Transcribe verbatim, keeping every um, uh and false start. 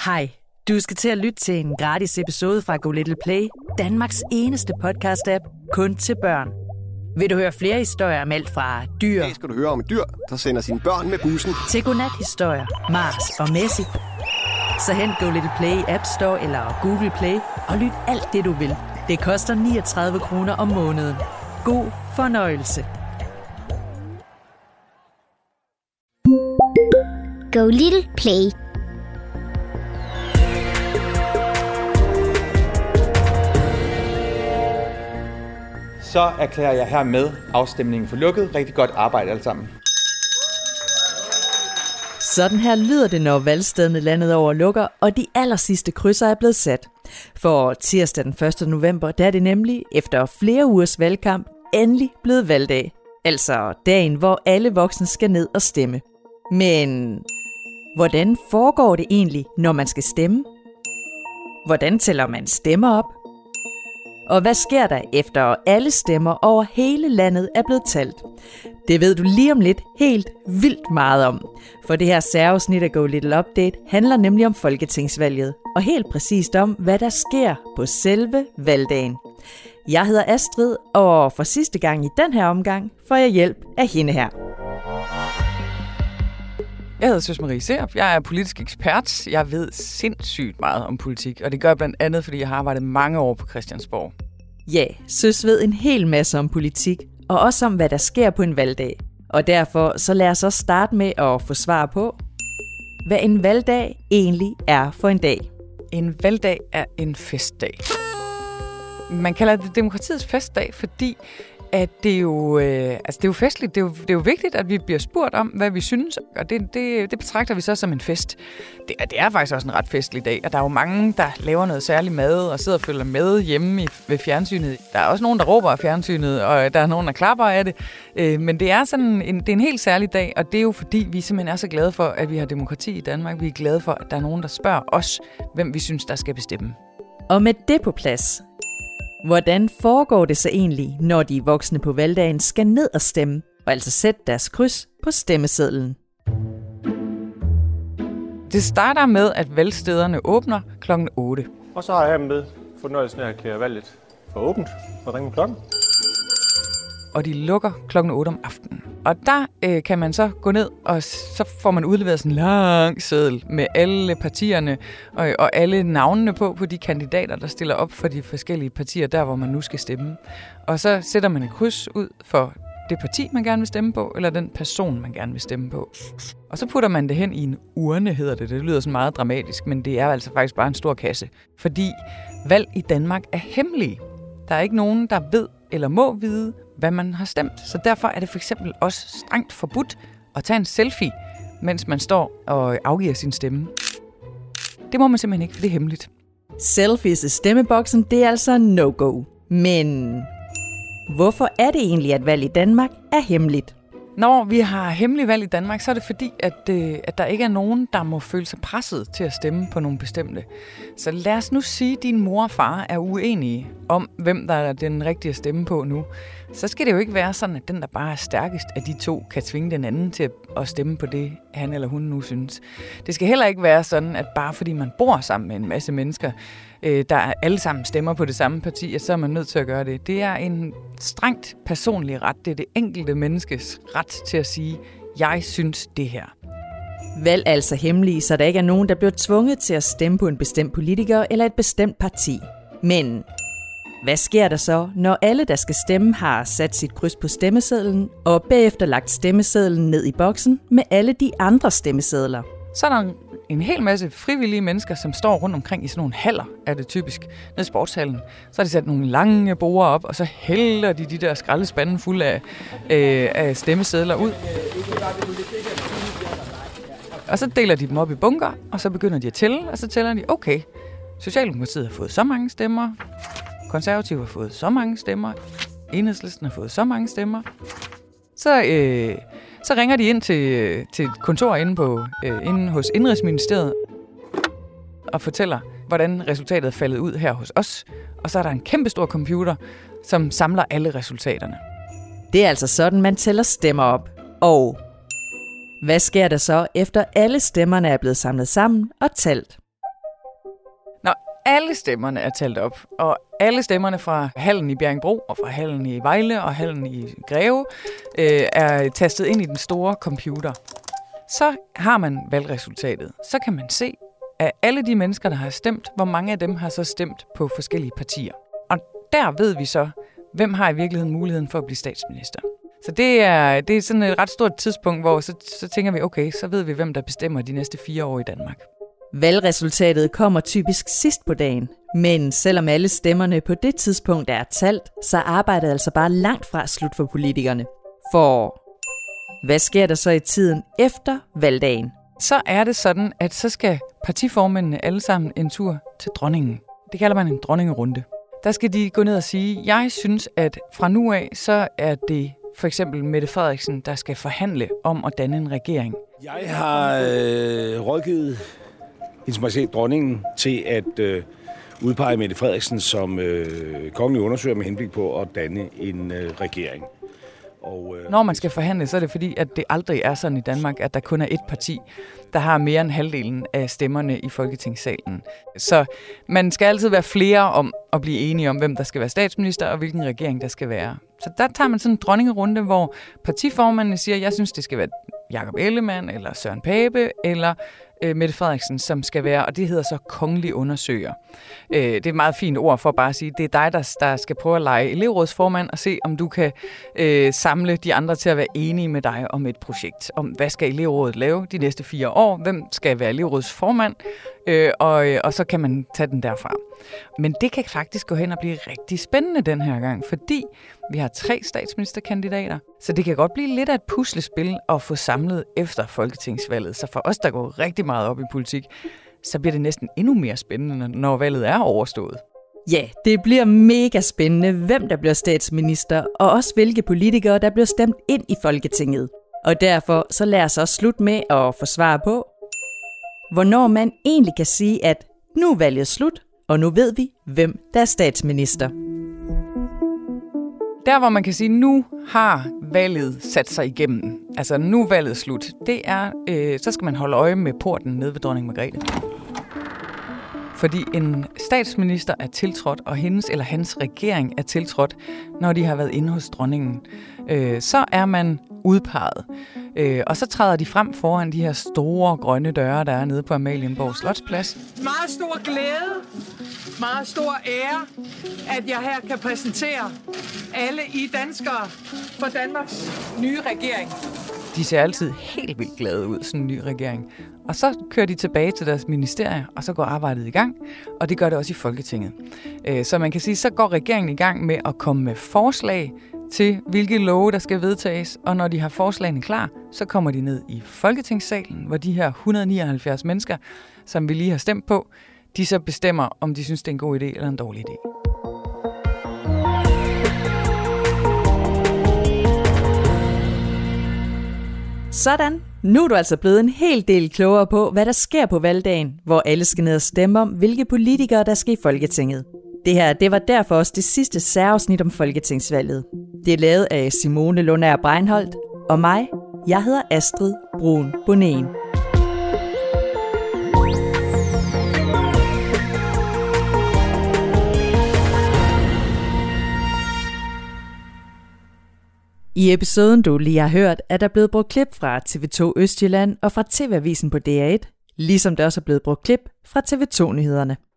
Hej, du skal til at lytte til en gratis episode fra Go Little Play, Danmarks eneste podcast-app kun til børn. Vil du høre flere historier om alt fra dyr... Det skal du høre om et dyr, der sender sine børn med bussen. ...til godnat-historier, Mars og Messi. Så hent Go Little Play App Store eller Google Play og lyt alt det, du vil. Det koster niogtredive kroner om måneden. God fornøjelse. Go Little Play. Så erklærer jeg hermed afstemningen for lukket. Rigtig godt arbejde alle sammen. Sådan her lyder det, når valgstederne landet over lukker, og de aller sidste krydser er blevet sat. For tirsdag den første november, der er det nemlig, efter flere ugers valgkamp, endelig blevet valgdag. Altså dagen, hvor alle voksne skal ned og stemme. Men hvordan foregår det egentlig, når man skal stemme? Hvordan tæller man stemmer op? Og hvad sker der efter alle stemmer over hele landet er blevet talt? Det ved du lige om lidt helt vildt meget om. For det her særafsnit af Go Little Update handler nemlig om folketingsvalget. Og helt præcist om, hvad der sker på selve valgdagen. Jeg hedder Astrid, og for sidste gang i den her omgang får jeg hjælp af hende her. Jeg hedder Søs Marie Serup. Jeg er politisk ekspert. Jeg ved sindssygt meget om politik, og det gør jeg blandt andet, fordi jeg har arbejdet mange år på Christiansborg. Ja, Søs ved en hel masse om politik, og også om, hvad der sker på en valgdag. Og derfor så lad os også starte med at få svar på, hvad en valgdag egentlig er for en dag. En valgdag er en festdag. Man kalder det demokratiets festdag, fordi at det er jo, øh, altså det er jo festligt. Det er jo, det er jo vigtigt, at vi bliver spurgt om, hvad vi synes, og det, det, det betragter vi så som en fest. Det, det er faktisk også en ret festlig dag, og der er jo mange, der laver noget særligt mad og sidder og følger med hjemme i, ved fjernsynet. Der er også nogen, der råber af fjernsynet, og der er nogen, der klapper af det. Øh, men det er, sådan en, det er en helt særlig dag, og det er jo fordi, vi simpelthen er så glade for, at vi har demokrati i Danmark. Vi er glade for, at der er nogen, der spørger os, hvem vi synes, der skal bestemme. Og med det på plads, hvordan foregår det så egentlig, når de voksne på valgdagen skal ned og stemme, og altså sætte deres kryds på stemmesedlen? Det starter med, at valgstederne åbner klokken otte. Og så har jeg med fornøjelsen af at erklære valget for åbent og ringe klokken. Og de lukker klokken otte om aftenen. Og der øh, kan man så gå ned, og så får man udleveret sådan en lang seddel med alle partierne og, og alle navnene på, på de kandidater, der stiller op for de forskellige partier, der hvor man nu skal stemme. Og så sætter man et kryds ud for det parti, man gerne vil stemme på, eller den person, man gerne vil stemme på. Og så putter man det hen i en urne, hedder det. Det lyder sådan meget dramatisk, men det er altså faktisk bare en stor kasse. Fordi valg i Danmark er hemmelige. Der er ikke nogen, der ved eller må vide, hvad man har stemt. Så derfor er det for eksempel også strengt forbudt at tage en selfie, mens man står og afgiver sin stemme. Det må man simpelthen ikke, for det er hemmeligt. Selfies i stemmeboksen, det er altså no-go. Men hvorfor er det egentlig, at valg i Danmark er hemmeligt? Når vi har hemmelig valg i Danmark, så er det fordi, at, øh, at der ikke er nogen, der må føle sig presset til at stemme på nogle bestemte. Så lad os nu sige, at din mor og far er uenige om, hvem der er den rigtige at stemme på nu. Så skal det jo ikke være sådan, at den, der bare er stærkest af de to, kan tvinge den anden til at stemme på det, han eller hun nu synes. Det skal heller ikke være sådan, at bare fordi man bor sammen med en masse mennesker, øh, der alle sammen stemmer på det samme parti, så er man nødt til at gøre det. Det er en strengt personlig ret. Det er det enkelte menneskes ret til at sige, jeg synes det her. Valg er altså hemmelige, så der ikke er nogen, der bliver tvunget til at stemme på en bestemt politiker eller et bestemt parti. Men hvad sker der så, når alle, der skal stemme, har sat sit kryds på stemmesedlen, og bagefter lagt stemmesedlen ned i boksen med alle de andre stemmesedler? Så er der en, en hel masse frivillige mennesker, som står rundt omkring i sådan nogle haller, er det typisk, nede i sportshallen. Så har de sat nogle lange borde op, og så hælder de de der skraldespande fulde af, øh, af stemmesedler ud. Og så deler de dem op i bunker, og så begynder de at tælle, og så tæller de, okay, Socialdemokratiet har fået så mange stemmer, Konservative har fået så mange stemmer, Enhedslisten har fået så mange stemmer. Så, øh, så ringer de ind til, til et kontor inde, på, øh, inde hos Indenrigsministeriet og fortæller, hvordan resultatet er faldet ud her hos os. Og så er der en kæmpestor computer, som samler alle resultaterne. Det er altså sådan, man tæller stemmer op. Og hvad sker der så, efter alle stemmerne er blevet samlet sammen og talt? alle stemmerne er talt op, og alle stemmerne fra hallen i Bjerringbro og fra hallen i Vejle og hallen i Greve øh, er tastet ind i den store computer. Så har man valgresultatet. Så kan man se, at alle de mennesker, der har stemt, hvor mange af dem har så stemt på forskellige partier. Og der ved vi så, hvem har i virkeligheden muligheden for at blive statsminister. Så det er, det er sådan et ret stort tidspunkt, hvor så, så tænker vi, okay, så ved vi, hvem der bestemmer de næste fire år i Danmark. Valgresultatet kommer typisk sidst på dagen, men selvom alle stemmerne på det tidspunkt er talt, så arbejder altså bare langt fra slut for politikerne. For hvad sker der så i tiden efter valgdagen? Så er det sådan, at så skal partiformændene alle sammen en tur til dronningen. Det kalder man en dronningerunde. Der skal de gå ned og sige, jeg synes, at fra nu af, så er det for eksempel Mette Frederiksen, der skal forhandle om at danne en regering. Jeg har øh, rådgivet Hendes Majestæt Dronningen til at øh, udpege Mette Frederiksen som øh, kongelig undersøger med henblik på at danne en øh, regering. Og, øh, Når man skal forhandle, så er det fordi, at det aldrig er sådan i Danmark, at der kun er ét parti, der har mere end halvdelen af stemmerne i Folketingssalen. Så man skal altid være flere om at blive enige om, hvem der skal være statsminister og hvilken regering der skal være. Så der tager man sådan en dronningerunde, hvor partiformændene siger, jeg synes, det skal være Jakob Ellemann eller Søren Pape eller øh, Mette Frederiksen, som skal være, og det hedder så kongelig undersøger. Øh, det er et meget fint ord for bare at sige, det er dig, der, der skal prøve at lege elevrådsformand og se, om du kan øh, samle de andre til at være enige med dig om et projekt. Om hvad skal elevrådet lave de næste fire år? Hvem skal være elevrådsformand? Øh, og, og så kan man tage den derfra. Men det kan faktisk gå hen og blive rigtig spændende den her gang, fordi vi har tre statsministerkandidater, så det kan godt blive lidt af et puslespil at få samlet efter folketingsvalget. Så for os, der går rigtig meget op i politik, så bliver det næsten endnu mere spændende, når valget er overstået. Ja, det bliver mega spændende, hvem der bliver statsminister, og også hvilke politikere, der bliver stemt ind i Folketinget. Og derfor så lad os også slutte med at få svar på, hvornår man egentlig kan sige, at nu er valget slut, og nu ved vi, hvem der er statsminister. Der, hvor man kan sige, nu har valget sat sig igennem, altså nu er valget slut, det er, øh, så skal man holde øje med porten nede ved dronning Margrethe. Fordi en statsminister er tiltrådt, og hendes eller hans regering er tiltrådt, når de har været inde hos dronningen. Øh, så er man udpeget. Øh, og så træder de frem foran de her store grønne døre, der er nede på Amalienborg Slotsplads. Meget stor glæde, meget stor ære, at jeg her kan præsentere alle I danskere for Danmarks nye regering. De ser altid helt vildt glade ud, sådan en ny regering. Og så kører de tilbage til deres ministerie, og så går arbejdet i gang, og det gør det også i Folketinget. Så man kan sige, så går regeringen i gang med at komme med forslag til, hvilke love, der skal vedtages, og når de har forslagene klar, så kommer de ned i Folketingssalen, hvor de her et hundrede og nioghalvfjerds mennesker, som vi lige har stemt på, de så bestemmer, om de synes, det er en god idé eller en dårlig idé. Sådan. Nu er du altså blevet en hel del klogere på, hvad der sker på valgdagen, hvor alle skal ned og stemme om, hvilke politikere, der skal i Folketinget. Det her, det var derfor også det sidste særafsnit om Folketingsvalget. Det er lavet af Simone Lundager Breinholt og mig. Jeg hedder Astrid Brun Bonén. I episoden, du lige har hørt, er der blevet brugt klip fra T V to Østjylland og fra T V-avisen på D R et, ligesom der også er blevet brugt klip fra T V to Nyhederne.